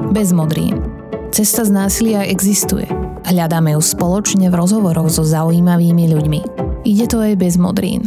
Bez modrín. Cesta z násilia existuje. Hľadáme ju spoločne v rozhovoroch so zaujímavými ľuďmi. Ide to aj bez modrín.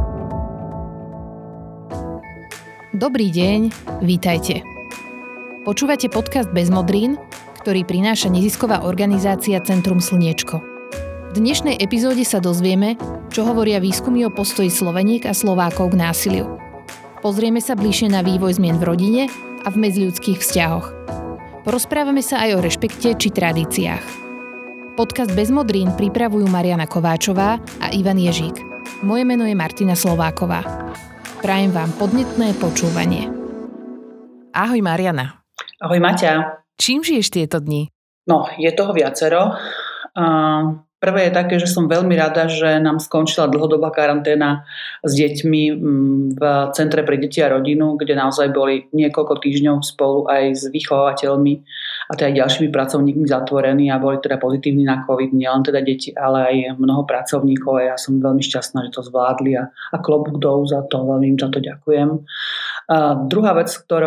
Dobrý deň, vítajte. Počúvate podcast Bez modrín, ktorý prináša nezisková organizácia Centrum Slniečko. V dnešnej epizóde sa dozvieme, čo hovoria výskumy o postoji Sloveniek a Slovákov k násiliu. Pozrieme sa bližšie na vývoj zmien v rodine a v medziľudských vzťahoch. Porozprávame sa aj o rešpekte či tradíciách. Podcast Bez modrín pripravujú Mariana Kováčová a Ivan Ježík. Moje meno je Martina Slováková. Prajem vám podnetné počúvanie. Ahoj Mariana. Ahoj Maťa. Čím žiješ tieto dni? No, je toho viacero. Prvé je také, že som veľmi rada, že nám skončila dlhodobá karanténa s deťmi v Centre pre deti a rodinu, kde naozaj boli niekoľko týždňov spolu aj s vychovateľmi a teda aj ďalšími pracovníkmi zatvorení a boli teda pozitívni na COVID, nielen teda deti, ale aj mnoho pracovníkov a ja som veľmi šťastná, že to zvládli a klobúk dolu za to, veľmi im za to ďakujem. Druhá vec,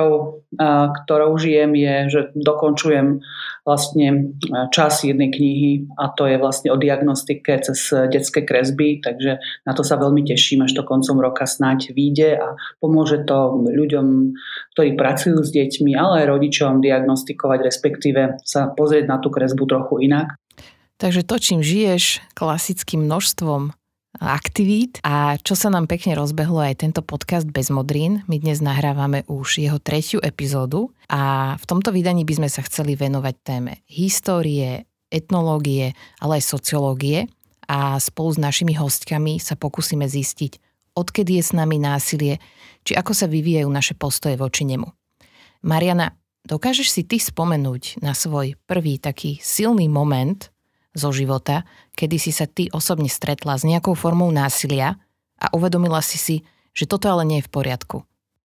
ktorou žijem, je, že dokončujem vlastne čas jednej knihy a to je vlastne o diagnostike cez detské kresby, takže na to sa veľmi teším, až to koncom roka snáď vyjde a pomôže to ľuďom, ktorí pracujú s deťmi, ale aj rodičom diagnostikovať, respektíve sa pozrieť na tú kresbu trochu inak. Takže to, čím žiješ, klasickým množstvom aktivít a čo sa nám pekne rozbehlo aj tento podcast Bez modrín. My dnes nahrávame už jeho 3. epizódu a v tomto vydaní by sme sa chceli venovať téme histórie, etnológie, ale aj sociológie a spolu s našimi hostkami sa pokúsime zistiť, odkedy je s nami násilie, či ako sa vyvíjajú naše postoje voči nemu. Mariana, dokážeš si ty spomenúť na svoj prvý taký silný moment zo života, kedy si sa ty osobne stretla s nejakou formou násilia a uvedomila si, že toto ale nie je v poriadku?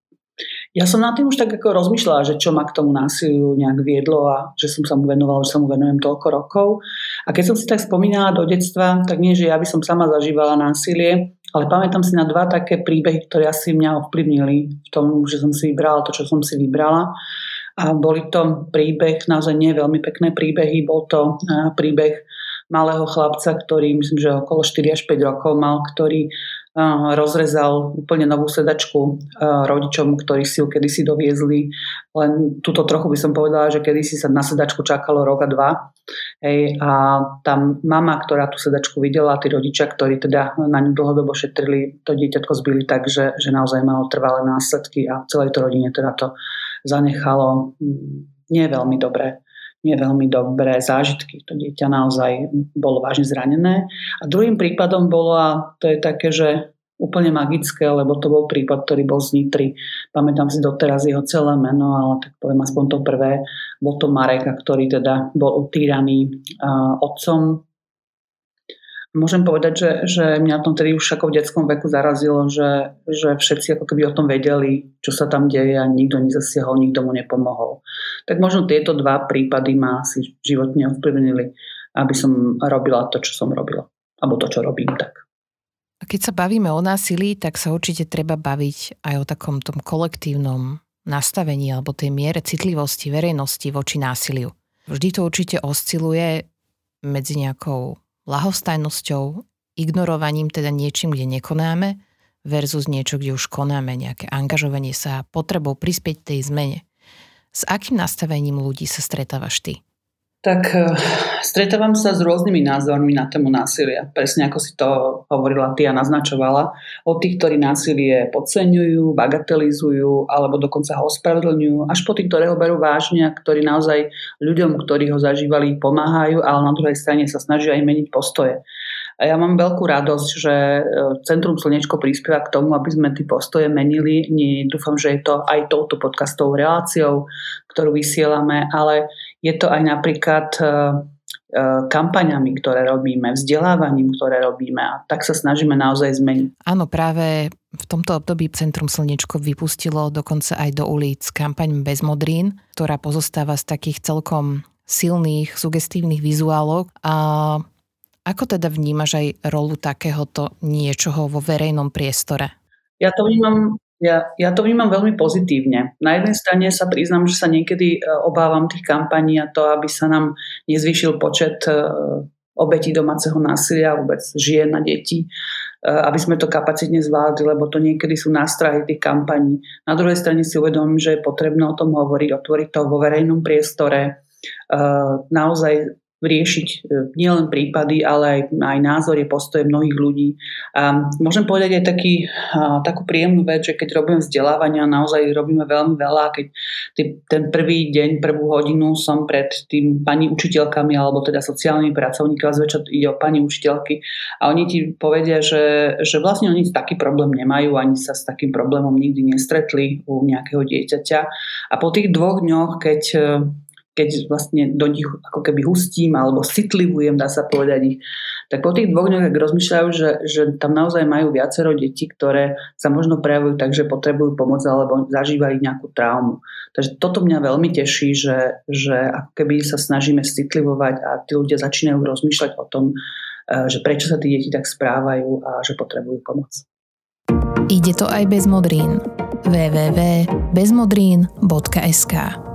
Ja som nad tým už tak ako rozmýšľala, že čo ma k tomu násiliu nejak viedlo a že som sa mu venovala, že sa mu venujem toľko rokov. A keď som si tak spomínala do detstva, tak nie, že ja by som sama zažívala násilie, ale pamätám si na 2 také príbehy, ktoré asi mňa ovplyvnili v tom, že som si vybrala to, čo som si vybrala. A boli to príbeh, naozaj nie veľmi pekné príbehy, bol to príbeh malého chlapca, ktorý myslím, že okolo 4 až 5 rokov mal, ktorý rozrezal úplne novú sedačku rodičom, ktorí si ju kedysi doviezli. Len tuto trochu by som povedala, že kedysi sa na sedačku čakalo rok a 2. Hej, a tam mama, ktorá tú sedačku videla, tí rodičia, ktorí teda na ňu dlhodobo šetrili, to dieťatko zbili tak, že naozaj malo trvalé následky a celej to rodine teda to zanechalo nie veľmi dobré zážitky. To dieťa naozaj bolo vážne zranené. A druhým prípadom bolo, a to je také, že úplne magické, lebo to bol prípad, ktorý bol z Nitry. Pamätám si doteraz jeho celé meno, ale tak poviem aspoň to prvé. Bol to Marek, ktorý teda bol utýraný otcom. Môžem povedať, že mňa to tedy už ako v detskom veku zarazilo, že všetci ako keby o tom vedeli, čo sa tam deje a nikto nezasiahol, nikto mu nepomohol. Tak možno tieto 2 prípady ma asi životne ovplyvnili, aby som robila to, čo som robila. Alebo to, čo robím tak. A keď sa bavíme o násilí, tak sa určite treba baviť aj o takom tom kolektívnom nastavení alebo tej miere citlivosti verejnosti voči násiliu. Vždy to určite osciluje medzi nejakou ľahostajnosťou, ignorovaním teda niečím, kde nekonáme versus niečo, kde už konáme, nejaké angažovanie sa, potrebou prispieť tej zmene. S akým nastavením ľudí sa stretávaš ty? Tak stretávam sa s rôznymi názormi na tému násilia. Presne ako si to hovorila ty a naznačovala. Od tých, ktorí násilie podceňujú, bagatelizujú alebo dokonca ho ospravedlňujú, až po tých, ktorí ho berú vážne a ktorí naozaj ľuďom, ktorí ho zažívali, pomáhajú, ale na druhej strane sa snažia aj meniť postoje. A ja mám veľkú radosť, že Centrum Slniečko prispieva k tomu, aby sme tie postoje menili. Dúfam, že je to aj touto podcastovou reláciou, ktorú vysielame, ale je to aj napríklad kampaňami, ktoré robíme, vzdelávaním, ktoré robíme a tak sa snažíme naozaj zmeniť. Áno, práve v tomto období Centrum Slniečko vypustilo dokonca aj do ulic kampaň Bez modrín, ktorá pozostáva z takých celkom silných, sugestívnych vizuálov. A ako teda vnímaš aj rolu takéhoto niečoho vo verejnom priestore? Ja to vnímam Ja to vnímam veľmi pozitívne. Na jednej strane sa priznám, že sa niekedy obávam tých kampaní a to, aby sa nám nezvýšil počet obetí domáceho násilia, vôbec žien a detí, aby sme to kapacitne zvládli, lebo to niekedy sú nástrahy tých kampaní. Na druhej strane si uvedomím, že je potrebné o tom hovoriť, otvoriť to vo verejnom priestore, naozaj riešiť nielen prípady, ale aj názory, postoje mnohých ľudí. A môžem povedať aj takú príjemnú vec, že keď robím vzdelávania, naozaj robíme veľmi veľa. Keď ten prvý deň, prvú hodinu som pred tým pani učiteľkami alebo teda sociálnymi pracovníkmi, zväčša ide o pani učiteľky a oni ti povedia, že vlastne oni taký problém nemajú, ani sa s takým problémom nikdy nestretli u nejakého dieťaťa. A po tých 2 dňoch, keď vlastne do nich ako keby hustím alebo citlivujem, dá sa povedať ich, tak po tých 2 dňoch tak rozmýšľajú, že tam naozaj majú viacero detí, ktoré sa možno prejavujú tak, že potrebujú pomoc alebo zažívali nejakú traumu. Takže toto mňa veľmi teší, že ako keby sa snažíme citlivovať a tí ľudia začínajú rozmýšľať o tom, že prečo sa tí deti tak správajú a že potrebujú pomoc. Ide to aj bez modrín. www.bezmodrín.sk.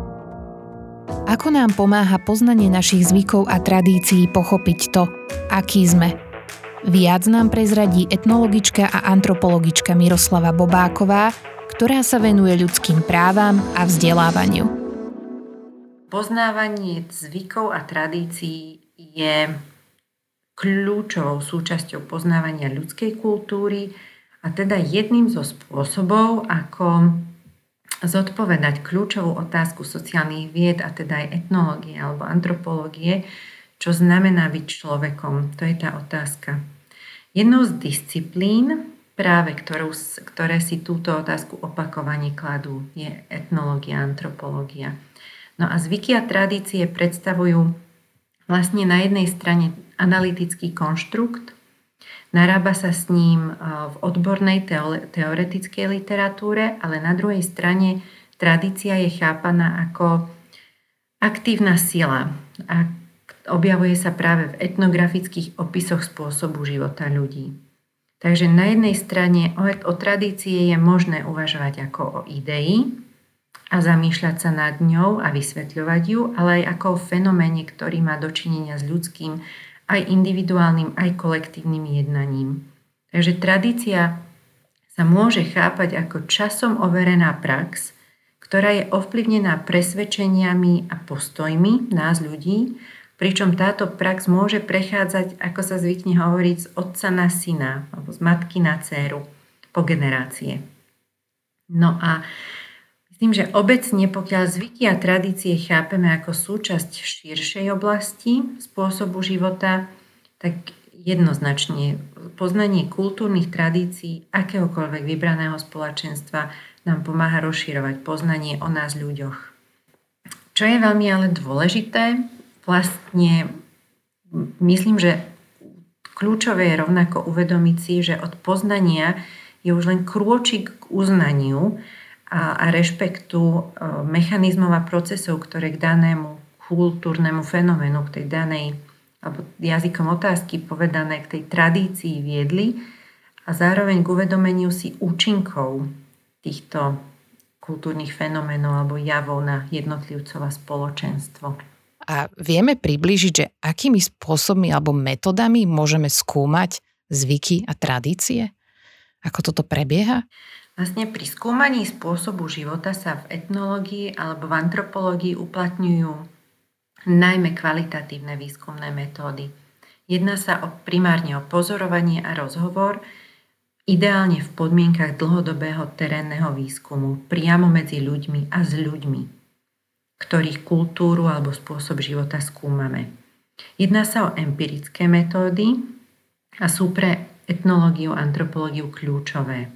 Ako nám pomáha poznanie našich zvykov a tradícií pochopiť to, aký sme? Viac nám prezradí etnologička a antropologička Miroslava Bobáková, ktorá sa venuje ľudským právam a vzdelávaniu. Poznávanie zvykov a tradícií je kľúčovou súčasťou poznávania ľudskej kultúry a teda jedným zo spôsobov, ako zodpovedať kľúčovú otázku sociálnych vied, a teda aj etnológie alebo antropológie, čo znamená byť človekom. To je tá otázka. Jednou z disciplín, práve ktoré si túto otázku opakovane kladú, je etnológia, antropológia. No a zvyky a tradície predstavujú vlastne na jednej strane analytický konštrukt, narába sa s ním v odbornej teoretickej literatúre, ale na druhej strane tradícia je chápaná ako aktívna sila a objavuje sa práve v etnografických opisoch spôsobu života ľudí. Takže na jednej strane o tradície je možné uvažovať ako o idei a zamýšľať sa nad ňou a vysvetľovať ju, ale aj ako o fenoméne, ktorý má dočinenia s ľudským aj individuálnym, aj kolektívnym jednaním. Takže tradícia sa môže chápať ako časom overená prax, ktorá je ovplyvnená presvedčeniami a postojmi nás ľudí, pričom táto prax môže prechádzať, ako sa zvykne hovoriť, z otca na syna alebo z matky na dcéru po generácie. No a myslím, že obecne, pokiaľ zvyky a tradície chápeme ako súčasť širšej oblasti spôsobu života, tak jednoznačne poznanie kultúrnych tradícií akéhokoľvek vybraného spoločenstva nám pomáha rozširovať poznanie o nás ľuďoch. Čo je veľmi ale dôležité, vlastne myslím, že kľúčové je rovnako uvedomiť si, že od poznania je už len krôčik k uznaniu a rešpektu mechanizmov a procesov, ktoré k danému kultúrnemu fenoménu, k tej danej, alebo jazykom otázky povedané, k tej tradícii viedli a zároveň k uvedomeniu si účinkov týchto kultúrnych fenoménov alebo javov na jednotlivcov a spoločenstvo. A vieme priblížiť, že akými spôsobmi alebo metodami môžeme skúmať zvyky a tradície? Ako toto prebieha? Vlastne pri skúmaní spôsobu života sa v etnológii alebo v antropológii uplatňujú najmä kvalitatívne výskumné metódy. Jedná sa primárne o pozorovanie a rozhovor, ideálne v podmienkach dlhodobého terénneho výskumu, priamo medzi ľuďmi a s ľuďmi, ktorých kultúru alebo spôsob života skúmame. Jedná sa o empirické metódy a sú pre etnológiu a antropológiu kľúčové.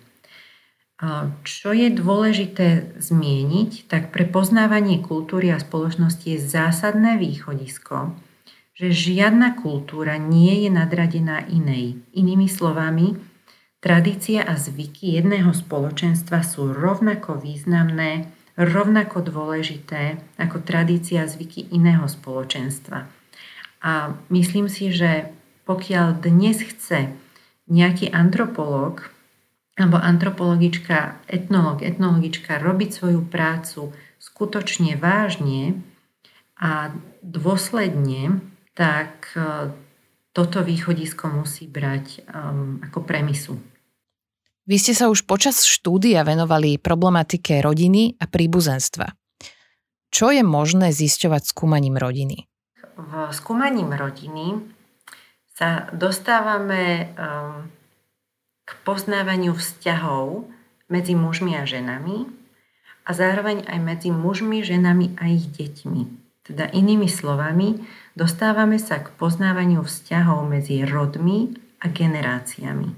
Čo je dôležité zmieniť, tak pre poznávanie kultúry a spoločnosti je zásadné východisko, že žiadna kultúra nie je nadradená inej. Inými slovami, tradícia a zvyky jedného spoločenstva sú rovnako významné, rovnako dôležité ako tradícia a zvyky iného spoločenstva. A myslím si, že pokiaľ dnes chce nejaký antropológ alebo antropologička, etnologička robiť svoju prácu skutočne vážne a dôsledne, tak toto východisko musí brať ako premisu. Vy ste sa už počas štúdia venovali problematike rodiny a príbuzenstva. Čo je možné zisťovať skúmaním rodiny? V skúmaním rodiny sa dostávame k poznávaniu vzťahov medzi mužmi a ženami a zároveň aj medzi mužmi, ženami a ich deťmi. Teda inými slovami, dostávame sa k poznávaniu vzťahov medzi rodmi a generáciami.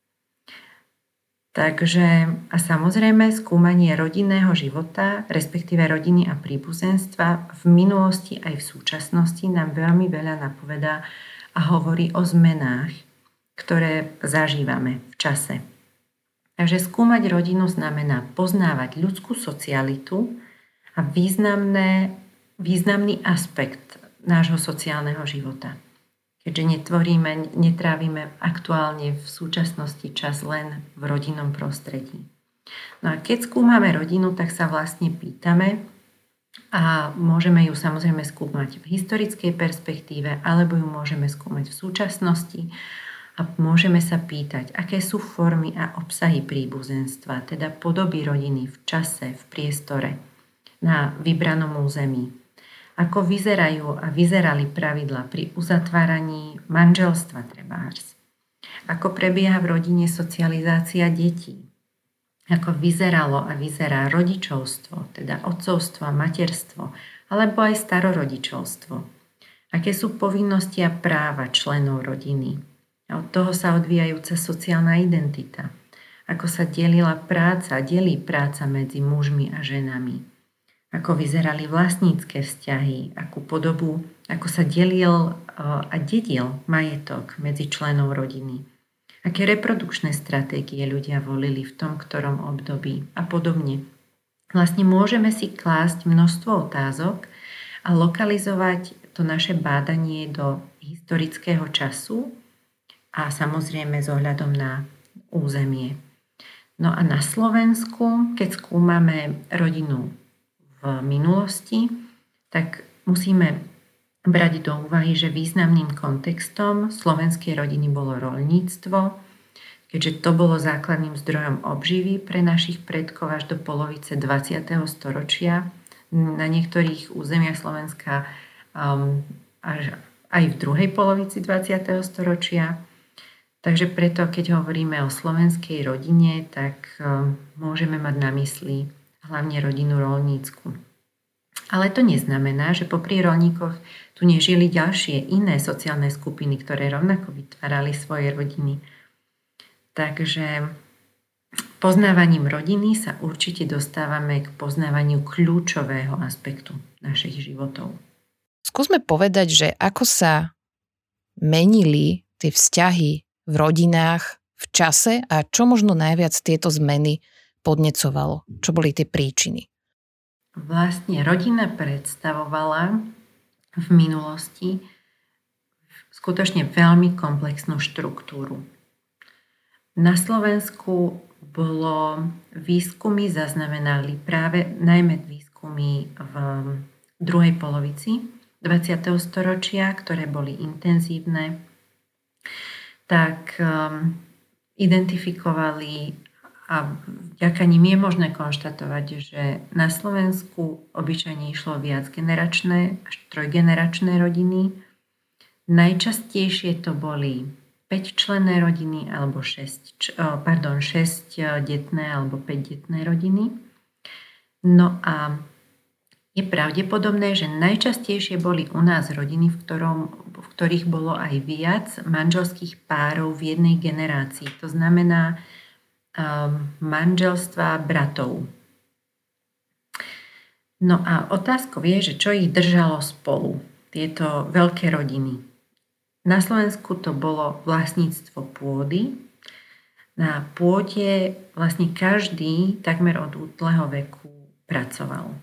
Takže a samozrejme skúmanie rodinného života, respektíve rodiny a príbuzenstva v minulosti aj v súčasnosti nám veľmi veľa napovedá a hovorí o zmenách, ktoré zažívame v čase. Takže skúmať rodinu znamená poznávať ľudskú socialitu a významný aspekt nášho sociálneho života. Keďže netrávime aktuálne v súčasnosti čas len v rodinnom prostredí. No a keď skúmame rodinu, tak sa vlastne pýtame a môžeme ju samozrejme skúmať v historickej perspektíve alebo ju môžeme skúmať v súčasnosti a môžeme sa pýtať, aké sú formy a obsahy príbuzenstva, teda podoby rodiny v čase, v priestore, na vybranom území. Ako vyzerajú a vyzerali pravidlá pri uzatváraní manželstva trebárs. Ako prebieha v rodine socializácia detí. Ako vyzeralo a vyzerá rodičovstvo, teda otcovstvo a materstvo, alebo aj starorodičovstvo. Aké sú povinnosti a práva členov rodiny. A od toho sa odvíjajúca sociálna identita. Ako sa delí práca medzi mužmi a ženami. Ako vyzerali vlastnícke vzťahy, ako sa delil a dedil majetok medzi členov rodiny. Aké reprodukčné stratégie ľudia volili v tom ktorom období a podobne. Vlastne môžeme si klásť množstvo otázok a lokalizovať to naše bádanie do historického času a samozrejme s ohľadom na územie. No a na Slovensku, keď skúmame rodinu v minulosti, tak musíme brať do úvahy, že významným kontextom slovenskej rodiny bolo roľníctvo, keďže to bolo základným zdrojom obživy pre našich predkov až do polovice 20. storočia. Na niektorých územiach Slovenska až aj v druhej polovici 20. storočia. Takže preto, keď hovoríme o slovenskej rodine, tak môžeme mať na mysli hlavne rodinu roľnícku. Ale to neznamená, že popri roľníkoch tu nežili ďalšie iné sociálne skupiny, ktoré rovnako vytvárali svoje rodiny. Takže poznávaním rodiny sa určite dostávame k poznávaniu kľúčového aspektu našich životov. Skúsme povedať, že ako sa menili tie vzťahy v rodinách v čase a čo možno najviac tieto zmeny podnecovalo? Čo boli tie príčiny? Vlastne rodina predstavovala v minulosti skutočne veľmi komplexnú štruktúru. Na Slovensku výskumy zaznamenali práve najmä výskumy v druhej polovici 20. storočia, ktoré boli intenzívne, tak identifikovali a vďaka nim je možné konštatovať, že na Slovensku obyčajne išlo viacgeneračné až trojgeneračné rodiny. Najčastejšie to boli 5-členné rodiny alebo 6-detné alebo 5-detné rodiny. No a je pravdepodobné, že najčastejšie boli u nás rodiny, v ktorých bolo aj viac manželských párov v jednej generácii. To znamená manželstva bratov. No a otázkou je, že čo ich držalo spolu, tieto veľké rodiny. Na Slovensku to bolo vlastníctvo pôdy. Na pôde vlastne každý takmer od útleho veku pracoval.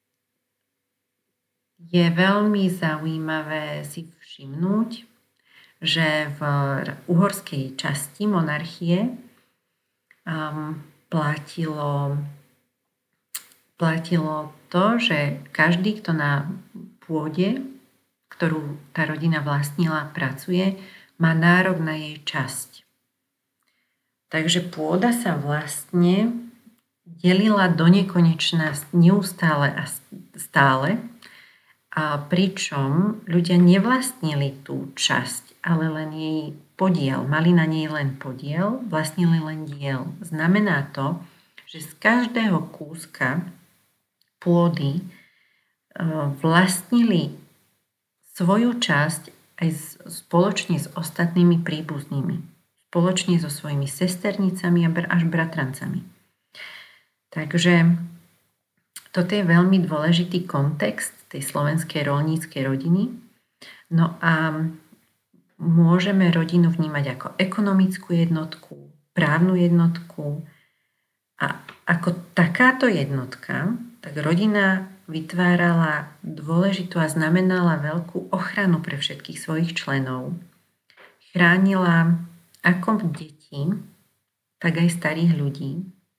Je veľmi zaujímavé si všimnúť, že v uhorskej časti monarchie platilo to, že každý, kto na pôde, ktorú tá rodina vlastnila, pracuje, má nárok na jej časť. Takže pôda sa vlastne delila do nekonečna neustále a stále, a pričom ľudia nevlastnili tú časť, ale len jej podiel. Mali na nej len podiel, vlastnili len diel. Znamená to, že z každého kúska pôdy vlastnili svoju časť aj spoločne s ostatnými príbuznými. Spoločne so svojimi sesternicami až bratrancami. Takže toto je veľmi dôležitý kontext tej slovenskej roľníckej rodiny. No a môžeme rodinu vnímať ako ekonomickú jednotku, právnu jednotku. A ako takáto jednotka, tak rodina vytvárala dôležitú a znamenala veľkú ochranu pre všetkých svojich členov. Chránila ako deti, tak aj starých ľudí.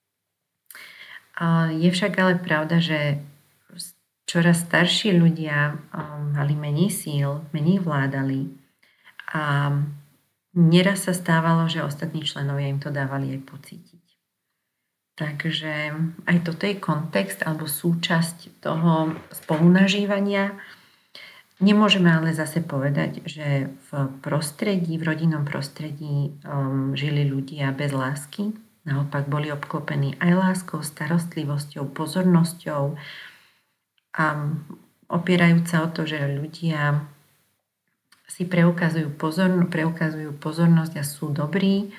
Je však ale pravda, že čoraz starší ľudia mali menej síl, menej vládali a neraz sa stávalo, že ostatní členovia im to dávali aj pocítiť. Takže aj toto je kontext alebo súčasť toho spolunažívania. Nemôžeme ale zase povedať, že v rodinnom prostredí žili ľudia bez lásky. Naopak boli obklopení aj láskou, starostlivosťou, pozornosťou a opierajúc sa o to, že ľudia si preukazujú pozornosť a sú dobrí,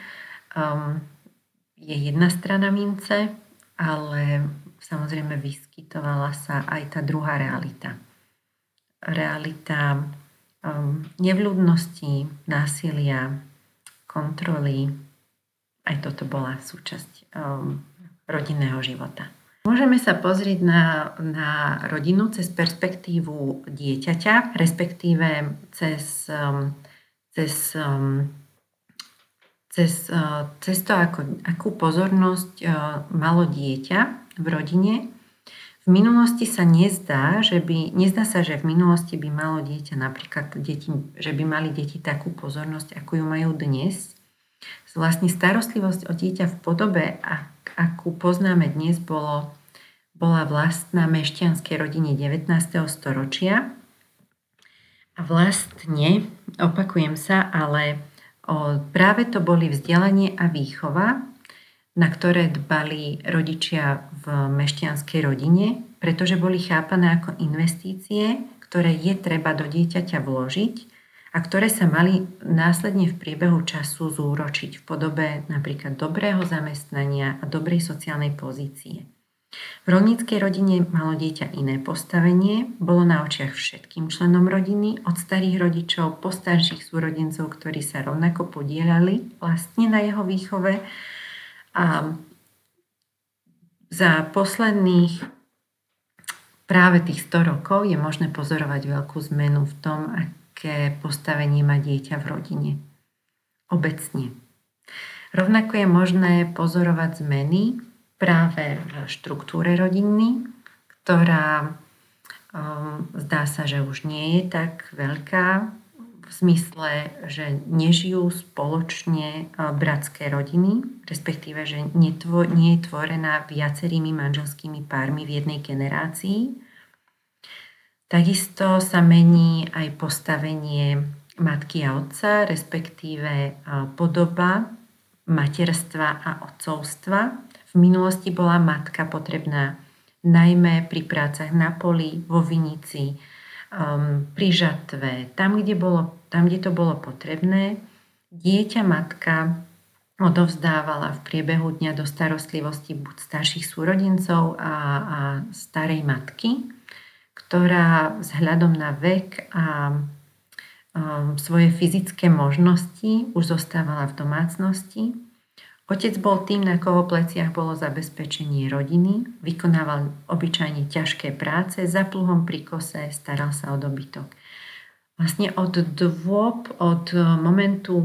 je jedna strana mince, ale samozrejme vyskytovala sa aj tá druhá realita. Realita nevľúdnosti, násilia, kontroly. Aj toto bola súčasť rodinného života. Môžeme sa pozrieť na rodinu cez perspektívu dieťaťa, respektíve cez to, akú pozornosť malo dieťa v rodine. V minulosti sa nezdá sa, že v minulosti by malo dieťa napríklad že by mali deti takú pozornosť, akú ju majú dnes. Vlastne starostlivosť o dieťa v podobe, akú poznáme dnes, bola vlastná mešťanskej rodine 19. storočia. A vlastne, opakujem sa, ale práve to boli vzdelanie a výchova, na ktoré dbali rodičia v mešťanskej rodine, pretože boli chápané ako investície, ktoré je treba do dieťaťa vložiť a ktoré sa mali následne v priebehu času zúročiť v podobe napríklad dobrého zamestnania a dobrej sociálnej pozície. V roľníckej rodine malo dieťa iné postavenie, bolo na očiach všetkým členom rodiny, od starých rodičov po starších súrodencov, ktorí sa rovnako podieľali vlastne na jeho výchove. A za posledných práve tých 100 rokov je možné pozorovať veľkú zmenu v tom, aké postavenie má dieťa v rodine. Obecne. Rovnako je možné pozorovať zmeny práve v štruktúre rodiny, ktorá zdá sa, že už nie je tak veľká, v zmysle, že nežijú spoločne bratské rodiny, respektíve, že nie je tvorená viacerými manželskými pármi v jednej generácii. Takisto sa mení aj postavenie matky a otca, respektíve podoba materstva a otcovstva. V minulosti bola matka potrebná najmä pri prácach na poli, vo vinici, pri žatve, tam, kde to bolo potrebné. Dieťa matka odovzdávala v priebehu dňa do starostlivosti buď starších súrodencov a starej matky, ktorá vzhľadom na vek a svoje fyzické možnosti už zostávala v domácnosti. Otec bol tým, na koho pleciach bolo zabezpečenie rodiny, vykonával obyčajne ťažké práce, za pluhom pri kose staral sa o dobytok. vlastne od momentu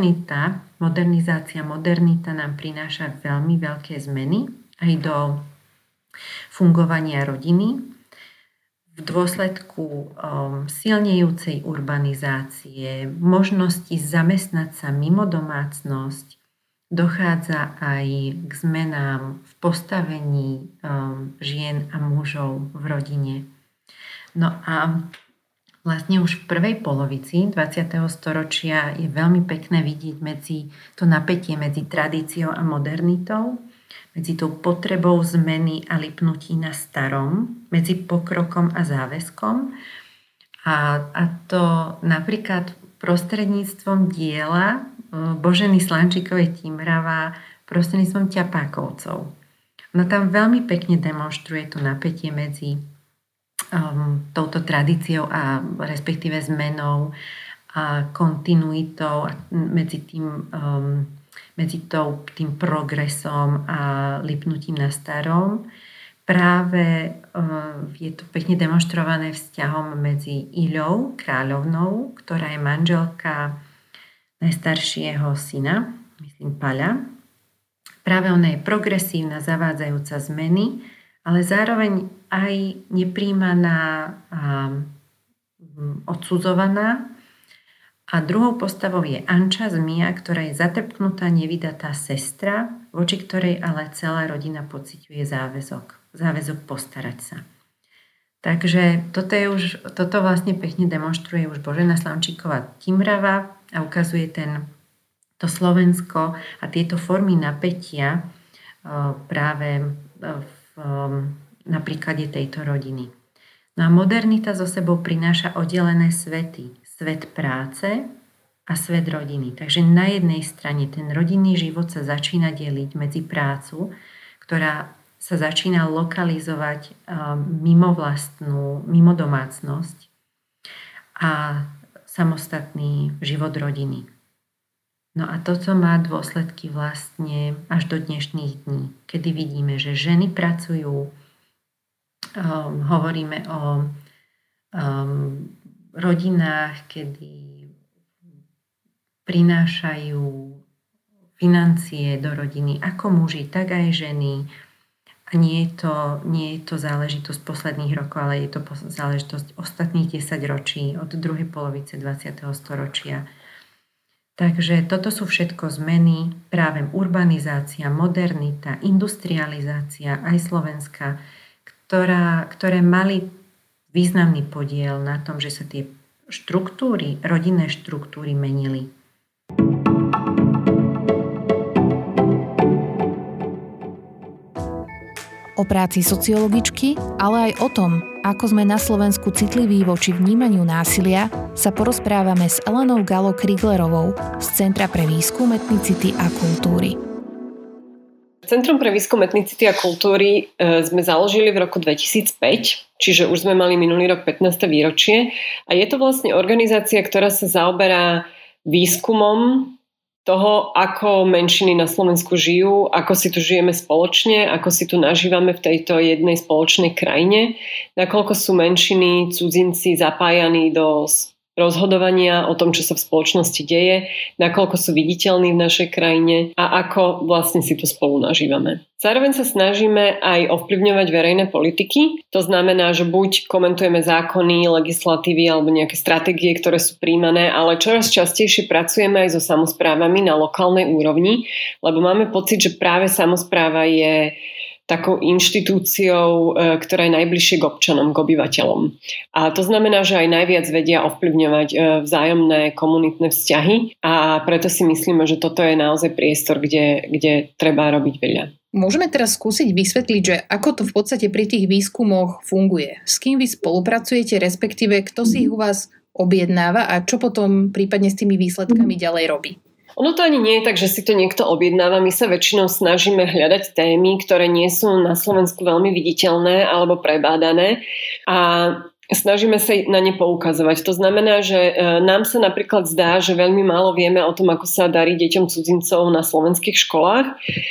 modernita nám prináša veľmi veľké zmeny aj do fungovania rodiny. V dôsledku silnejúcej urbanizácie, možnosti zamestnať sa mimo domácnosť, dochádza aj k zmenám v postavení žien a mužov v rodine. No a vlastne už v prvej polovici 20. storočia je veľmi pekné vidieť to napätie medzi tradíciou a modernitou, medzi tou potrebou zmeny a lipnutí na starom, medzi pokrokom a záväzkom. A to napríklad prostredníctvom diela Boženy Slančíkovej Timrava, prostredníctvom ťapákovcov. Ona tam veľmi pekne demonstruje to napätie medzi touto tradíciou a respektíve zmenou a kontinuitou medzi tým progresom a lipnutím na starom. Práve je to pekne demonstrované vzťahom medzi Iľou, kráľovnou, ktorá je manželka najstaršieho syna, myslím Paľa. Práve ona je progresívna, zavádzajúca zmeny, ale zároveň aj nepríjmaná a odsudzovaná. A druhou postavou je Anča Zmija, ktorá je zatrpknutá nevydatá sestra, voči ktorej ale celá rodina pociťuje záväzok postarať sa. Takže toto vlastne pekne demonstruje už Božena Slančíková Timrava a ukazuje to Slovensko a tieto formy napätia práve na príklade tejto rodiny. No a modernita so sebou prináša oddelené svety. Svet práce a svet rodiny. Takže na jednej strane ten rodinný život sa začína deliť medzi prácu, ktorá sa začína lokalizovať mimo domácnosť a samostatný život rodiny. No a toto má dôsledky vlastne až do dnešných dní, kedy vidíme, že ženy pracujú, hovoríme o rodinách, kedy prinášajú financie do rodiny ako muži, tak aj ženy. A nie je to záležitosť posledných rokov, ale je to záležitosť ostatných 10 ročí od druhej polovice 20. storočia. Takže toto sú všetko zmeny, práve urbanizácia, modernita, industrializácia aj Slovenska, ktoré mali významný podiel na tom, že sa tie rodinné štruktúry menili. O práci sociologičky, ale aj o tom, ako sme na Slovensku citliví voči vnímaniu násilia, sa porozprávame s Elenou Galo-Kriglerovou z Centra pre výskum etnicity a kultúry. Centrum pre výskum etnicity a kultúry sme založili v roku 2005, čiže už sme mali minulý rok 15. výročie a je to vlastne organizácia, ktorá sa zaoberá výskumom toho, ako menšiny na Slovensku žijú, ako si tu žijeme spoločne, ako si tu nažívame v tejto jednej spoločnej krajine, nakoľko sú menšiny, cudzinci zapájaní do rozhodovania o tom, čo sa v spoločnosti deje, nakoľko sú viditeľní v našej krajine a ako vlastne si tu spolu nažívame. Zároveň sa snažíme aj ovplyvňovať verejné politiky. To znamená, že buď komentujeme zákony, legislatívy alebo nejaké stratégie, ktoré sú príjmané, ale čoraz častejšie pracujeme aj so samosprávami na lokálnej úrovni, lebo máme pocit, že práve samospráva je takou inštitúciou, ktorá je najbližšie k občanom, k obyvateľom. A to znamená, že aj najviac vedia ovplyvňovať vzájomné komunitné vzťahy a preto si myslíme, že toto je naozaj priestor, kde treba robiť veľa. Môžeme teraz skúsiť vysvetliť, že ako to v podstate pri tých výskumoch funguje. S kým vy spolupracujete, respektíve kto si ich u vás objednáva a čo potom prípadne s tými výsledkami ďalej robí? Ono to ani nie je tak, že si to niekto objednáva. My sa väčšinou snažíme hľadať témy, ktoré nie sú na Slovensku veľmi viditeľné alebo prebádané a snažíme sa na ne poukazovať. To znamená, že nám sa napríklad zdá, že veľmi málo vieme o tom, ako sa darí deťom cudzincov na slovenských školách.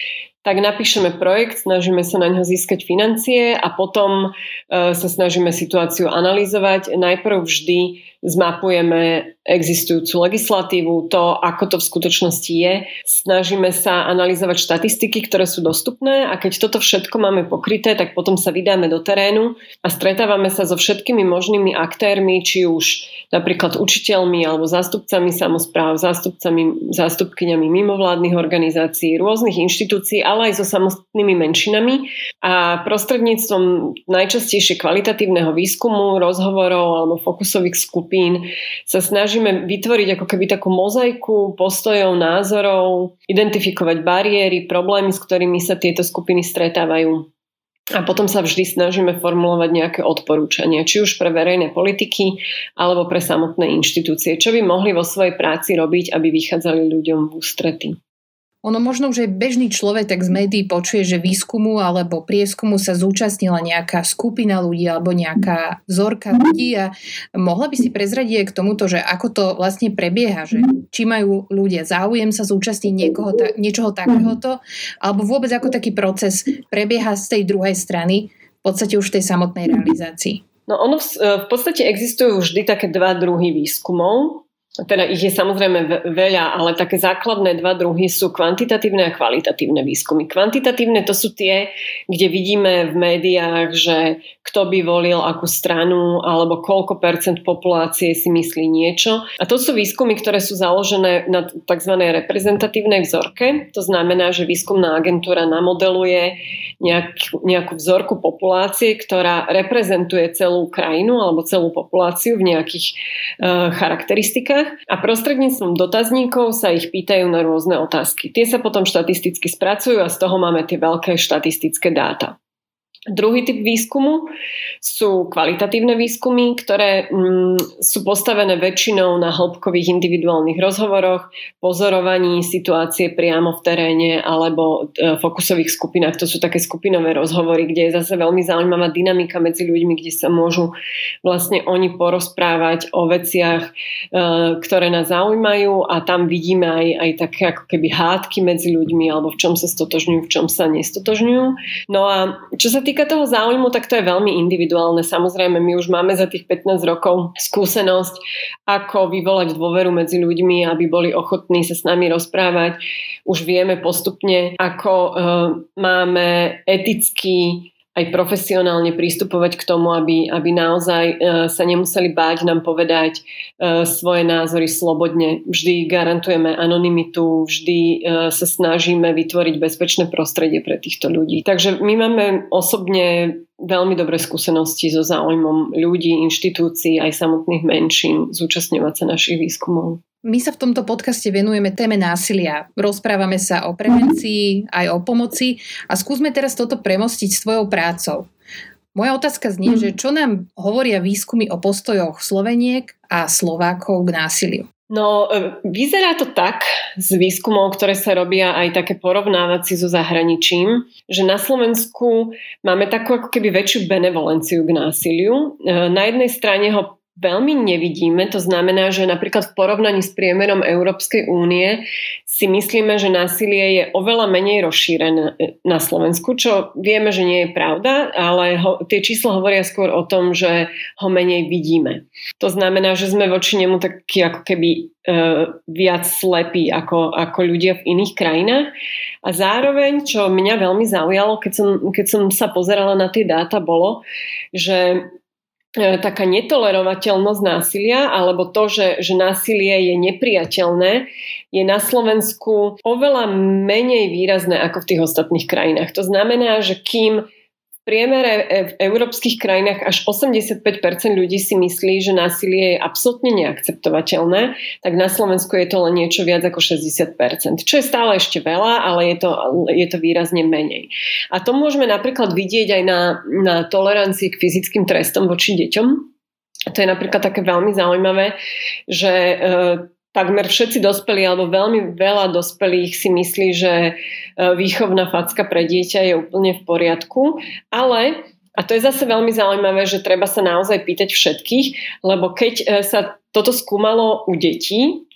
tak napíšeme projekt, snažíme sa na ňo získať financie a potom sa snažíme situáciu analyzovať. Najprv vždy zmapujeme existujúcu legislatívu, to, ako to v skutočnosti je. Snažíme sa analyzovať štatistiky, ktoré sú dostupné a keď toto všetko máme pokryté, tak potom sa vydáme do terénu a stretávame sa so všetkými možnými aktérmi, či už napríklad učiteľmi alebo zástupcami samospráv, zástupkyňami mimovládnych organizácií, rôznych inštitúcií, ale aj so samotnými menšinami a prostredníctvom najčastejšie kvalitatívneho výskumu, rozhovorov alebo fokusových skupín sa snažíme vytvoriť ako keby takú mozaiku postojov, názorov, identifikovať bariéry, problémy, s ktorými sa tieto skupiny stretávajú. A potom sa vždy snažíme formulovať nejaké odporúčania, či už pre verejné politiky, alebo pre samotné inštitúcie, čo by mohli vo svojej práci robiť, aby vychádzali ľuďom v ústrety. Ono možno, že bežný človek tak z médií počuje, že výskumu alebo prieskumu sa zúčastnila nejaká skupina ľudí alebo nejaká vzorka ľudí a mohla by si prezradiť aj k tomuto, že ako to vlastne prebieha, že či majú ľudia záujem sa zúčastniť niečoho takéhoto, alebo vôbec ako taký proces prebieha z tej druhej strany, v podstate už v tej samotnej realizácii. No ono v podstate existujú vždy také dva druhy výskumov. Teda ich je samozrejme veľa, ale také základné dva druhy sú kvantitatívne a kvalitatívne výskumy. Kvantitatívne to sú tie, kde vidíme v médiách, že kto by volil akú stranu alebo koľko percent populácie si myslí niečo. A to sú výskumy, ktoré sú založené na tzv. Reprezentatívnej vzorke. To znamená, že výskumná agentúra namodeluje nejakú vzorku populácie, ktorá reprezentuje celú krajinu alebo celú populáciu v nejakých charakteristikách. A prostredníctvom dotazníkov sa ich pýtajú na rôzne otázky. Tie sa potom štatisticky spracujú a z toho máme tie veľké štatistické dáta. Druhý typ výskumu sú kvalitatívne výskumy, ktoré sú postavené väčšinou na hĺbkových individuálnych rozhovoroch, pozorovaní situácie priamo v teréne alebo fokusových skupinách. To sú také skupinové rozhovory, kde je zase veľmi zaujímavá dynamika medzi ľuďmi, kde sa môžu vlastne oni porozprávať o veciach, ktoré nás zaujímajú a tam vidíme aj také ako keby hádky medzi ľuďmi alebo v čom sa stotožňujú, v čom sa nestotožňujú. No a čo sa týka toho záujmu, tak to je veľmi individuálne. Samozrejme, my už máme za tých 15 rokov skúsenosť, ako vyvolať dôveru medzi ľuďmi, aby boli ochotní sa s nami rozprávať. Už vieme postupne, ako máme eticky aj profesionálne pristupovať k tomu, aby naozaj sa nemuseli báť nám povedať svoje názory slobodne. Vždy garantujeme anonymitu, vždy sa snažíme vytvoriť bezpečné prostredie pre týchto ľudí. Takže my máme osobne veľmi dobré skúsenosti so záujmom ľudí, inštitúcií, aj samotných menšín zúčastňovať sa našich výskumov. My sa v tomto podcaste venujeme téme násilia. Rozprávame sa o prevencii, aj o pomoci a skúsme teraz toto premostiť s tvojou prácou. Moja otázka znie, že čo nám hovoria výskumy o postojoch Sloveniek a Slovákov k násiliu? No, vyzerá to tak z výskumov, ktoré sa robia aj také porovnávacie so zahraničím, že na Slovensku máme takú ako keby väčšiu benevolenciu k násiliu. Na jednej strane ho veľmi nevidíme, to znamená, že napríklad v porovnaní s priemerom Európskej únie si myslíme, že násilie je oveľa menej rozšírené na Slovensku, čo vieme, že nie je pravda, ale tie čísla hovoria skôr o tom, že ho menej vidíme. To znamená, že sme voči nemu taký ako keby viac slepí ako ľudia v iných krajinách. A zároveň, čo mňa veľmi zaujalo, keď som sa pozerala na tie dáta, bolo, že taká netolerovateľnosť násilia alebo to, že násilie je nepriateľné, je na Slovensku oveľa menej výrazné ako v tých ostatných krajinách. To znamená, že kým v priemere v európskych krajinách až 85% ľudí si myslí, že násilie je absolútne neakceptovateľné, tak na Slovensku je to len niečo viac ako 60%. Čo je stále ešte veľa, ale je to výrazne menej. A to môžeme napríklad vidieť aj na tolerancii k fyzickým trestom voči deťom. To je napríklad také veľmi zaujímavé, že takmer všetci dospelí alebo veľmi veľa dospelých si myslí, že výchovná facka pre dieťa je úplne v poriadku, ale, a to je zase veľmi zaujímavé, že treba sa naozaj pýtať všetkých, lebo keď sa toto skúmalo u detí,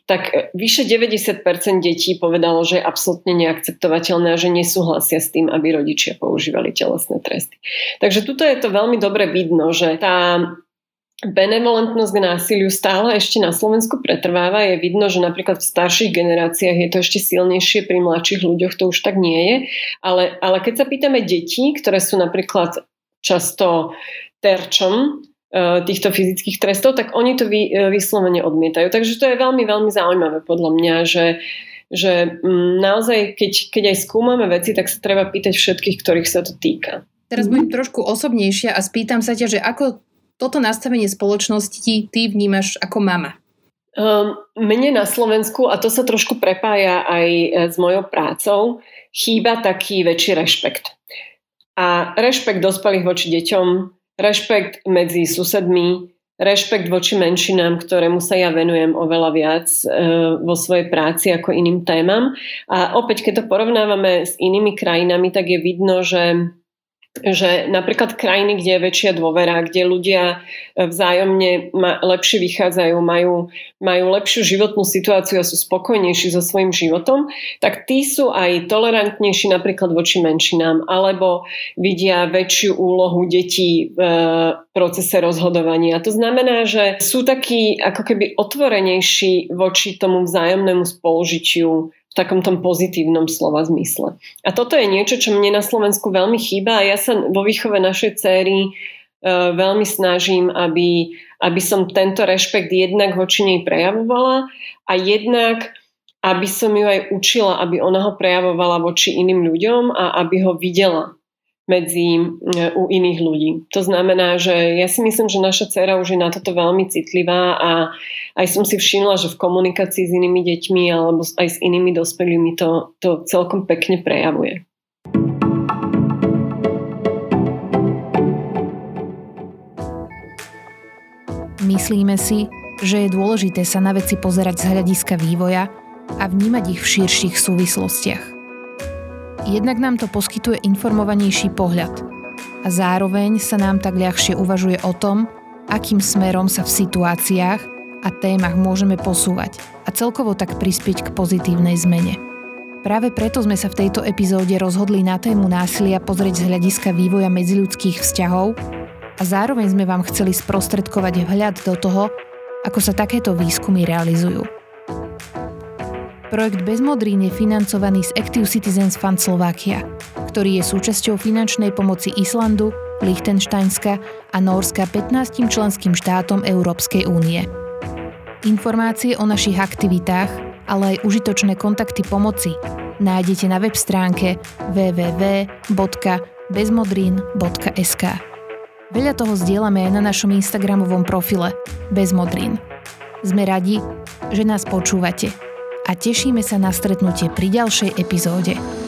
tak vyše 90% detí povedalo, že je absolútne neakceptovateľné a že nesúhlasia s tým, aby rodičia používali telesné tresty. Takže tuto je to veľmi dobre vidno, že tá benevolentnosť k násiliu stále ešte na Slovensku pretrváva. Je vidno, že napríklad v starších generáciách je to ešte silnejšie, pri mladších ľuďoch to už tak nie je. Ale keď sa pýtame detí, ktoré sú napríklad často terčom týchto fyzických trestov, tak oni to vyslovene odmietajú. Takže to je veľmi, veľmi zaujímavé podľa mňa, že naozaj, keď aj skúmame veci, tak sa treba pýtať všetkých, ktorých sa to týka. Teraz budem trošku osobnejšia a spýtam sa ťa, že ako toto nastavenie spoločnosti ty vnímaš ako mama? Mne na Slovensku, a to sa trošku prepája aj s mojou prácou, chýba taký väčší rešpekt. A rešpekt dospelých voči deťom, rešpekt medzi susedmi, rešpekt voči menšinám, ktorému sa ja venujem oveľa viac vo svojej práci ako iným témam. A opäť, keď to porovnávame s inými krajinami, tak je vidno, že napríklad krajiny, kde je väčšia dôvera, kde ľudia vzájomne lepšie vychádzajú, majú lepšiu životnú situáciu a sú spokojnejší so svojím životom, tak tí sú aj tolerantnejší napríklad voči menšinám, alebo vidia väčšiu úlohu detí v procese rozhodovania. To znamená, že sú takí ako keby otvorenejší voči tomu vzájomnému spolužitiu v takom tom pozitívnom slova zmysle. A toto je niečo, čo mne na Slovensku veľmi chýba a ja sa vo výchove našej dcéry veľmi snažím, aby som tento rešpekt jednak voči nej prejavovala a jednak aby som ju aj učila, aby ona ho prejavovala voči iným ľuďom a aby ho videla u iných ľudí. To znamená, že ja si myslím, že naša dcéra už je na toto veľmi citlivá a aj som si všimla, že v komunikácii s inými deťmi alebo aj s inými dospelými to celkom pekne prejavuje. Myslíme si, že je dôležité sa na veci pozerať z hľadiska vývoja a vnímať ich v širších súvislostiach. Jednak nám to poskytuje informovanejší pohľad a zároveň sa nám tak ľahšie uvažuje o tom, akým smerom sa v situáciách a témach môžeme posúvať a celkovo tak prispieť k pozitívnej zmene. Práve preto sme sa v tejto epizóde rozhodli na tému násilia pozrieť z hľadiska vývoja medziľudských vzťahov a zároveň sme vám chceli sprostredkovať vhľad do toho, ako sa takéto výskumy realizujú. Projekt Bezmodrín je financovaný z Active Citizens Fund Slovakia, ktorý je súčasťou finančnej pomoci Islandu, Lichtensteinska a Nórska 15 členským štátom Európskej únie. Informácie o našich aktivitách, ale aj užitočné kontakty pomoci nájdete na web stránke www.bezmodrin.sk. Veľa toho zdieľame aj na našom instagramovom profile Bezmodrin. Sme radi, že nás počúvate a tešíme sa na stretnutie pri ďalšej epizóde.